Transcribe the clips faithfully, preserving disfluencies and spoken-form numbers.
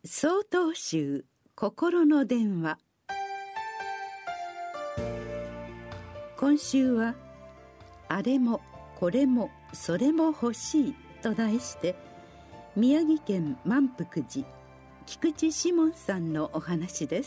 総統集心の電話。今週はあれもこれもそれも欲しいと題して、宮城県万福寺菊池志門さんのお話です。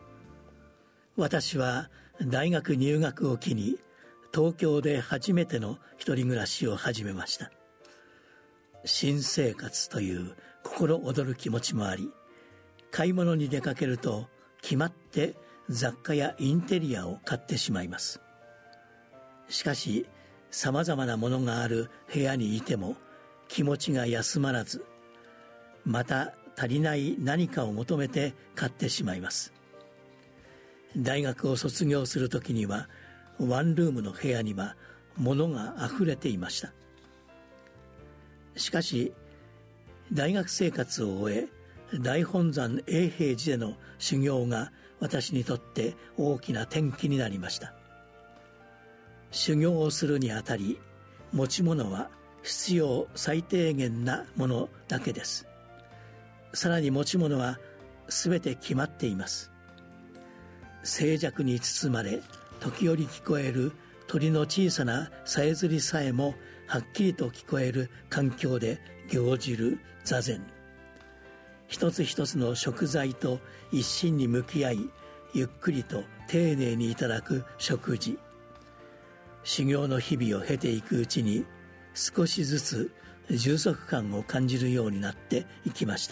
私は大学入学を機に東京で初めての一人暮らしを始めました。新生活という心躍る気持ちもあり、買い物に出かけると決まって雑貨やインテリアを買ってしまいます。しかしさまざまなものがある部屋にいても気持ちが休まらず、また足りない何かを求めて買ってしまいます。大学を卒業するときにはワンルームの部屋には物があふれていました。しかし大学生活を終え、大本山永平寺での修行が私にとって大きな転機になりました。修行をするにあたり、持ち物は必要最低限なものだけです。さらに持ち物はすべて決まっています。静寂に包まれ、時折聞こえる鳥の小さなさえずりさえもはっきりと聞こえる環境で行じる座禅。一つ一つの食材と一心に向き合い、ゆっくりと丁寧にいただく食事。修行の日々を経ていくうちに、少しずつ充足感を感じるようになっていきました。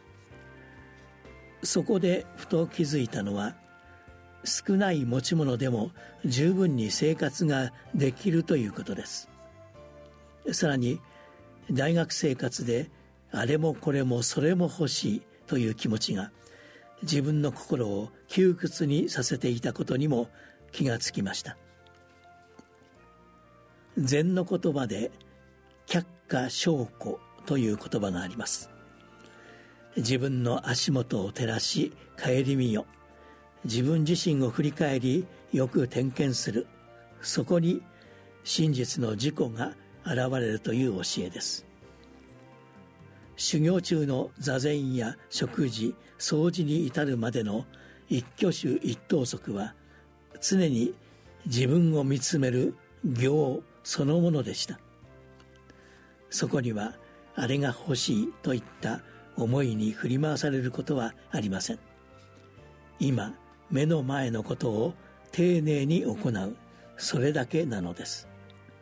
そこでふと気づいたのは、少ない持ち物でも十分に生活ができるということです。さらに大学生活であれもこれもそれも欲しいという気持ちが自分の心を窮屈にさせていたことにも気がつきました。禅の言葉で却下証拠という言葉があります。自分の足元を照らし顧みよ。自分自身を振り返りよく点検する。そこに真実の自己が現れるという教えです。修行中の座禅や食事、掃除に至るまでの一挙手一投足は常に自分を見つめる行そのものでした。そこにはあれが欲しいといった思いに振り回されることはありません。今目の前のことを丁寧に行う、それだけなのです。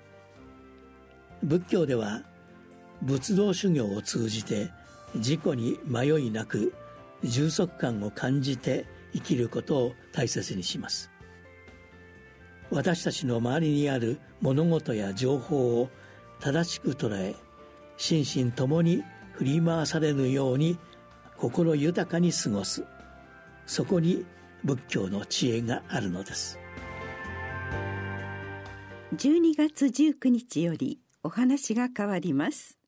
仏教では仏道修行を通じて自己に迷いなく充足感を感じて生きることを大切にします。私たちの周りにある物事や情報を正しく捉え、心身ともに振り回されるように心豊かに過ごす、そこに仏教の知恵があるのです。 じゅうにがつじゅうくにちよりお話が変わります。